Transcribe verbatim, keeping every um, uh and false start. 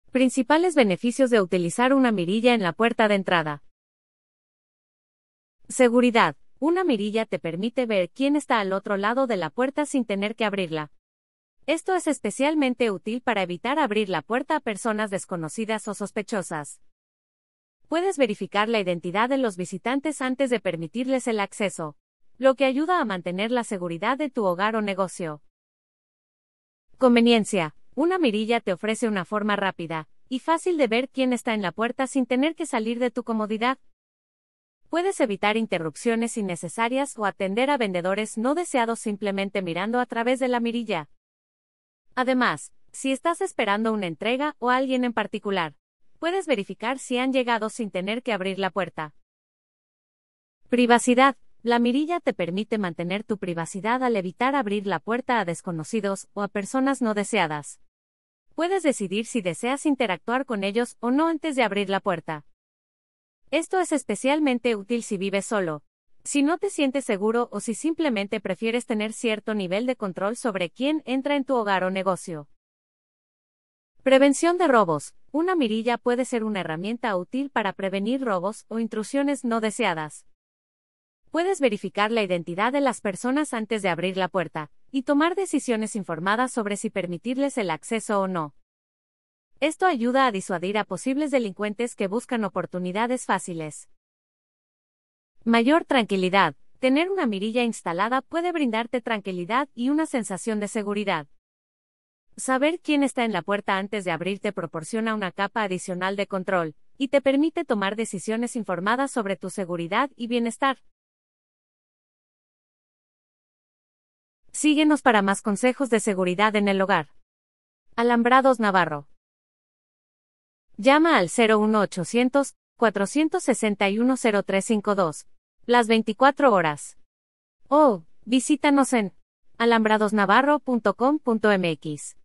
Principales beneficios de utilizar una mirilla en la puerta de entrada. Seguridad. Una mirilla te permite ver quién está al otro lado de la puerta sin tener que abrirla. Esto es especialmente útil para evitar abrir la puerta a personas desconocidas o sospechosas. Puedes verificar la identidad de los visitantes antes de permitirles el acceso, lo que ayuda a mantener la seguridad de tu hogar o negocio. Conveniencia. Una mirilla te ofrece una forma rápida y fácil de ver quién está en la puerta sin tener que salir de tu comodidad. Puedes evitar interrupciones innecesarias o atender a vendedores no deseados simplemente mirando a través de la mirilla. Además, si estás esperando una entrega o a alguien en particular, puedes verificar si han llegado sin tener que abrir la puerta. Privacidad. La mirilla te permite mantener tu privacidad al evitar abrir la puerta a desconocidos o a personas no deseadas. Puedes decidir si deseas interactuar con ellos o no antes de abrir la puerta. Esto es especialmente útil si vives solo, si no te sientes seguro o si simplemente prefieres tener cierto nivel de control sobre quién entra en tu hogar o negocio. Prevención de robos. Una mirilla puede ser una herramienta útil para prevenir robos o intrusiones no deseadas. Puedes verificar la identidad de las personas antes de abrir la puerta y tomar decisiones informadas sobre si permitirles el acceso o no. Esto ayuda a disuadir a posibles delincuentes que buscan oportunidades fáciles. Mayor tranquilidad. Tener una mirilla instalada puede brindarte tranquilidad y una sensación de seguridad. Saber quién está en la puerta antes de abrir te proporciona una capa adicional de control y te permite tomar decisiones informadas sobre tu seguridad y bienestar. Síguenos para más consejos de seguridad en el hogar. Alambrados Navarro. Llama al cero uno ochocientos, cuatrocientos sesenta y uno, cero tres cincuenta y dos, las veinticuatro horas. O, visítanos en alambrados navarro punto com punto m x.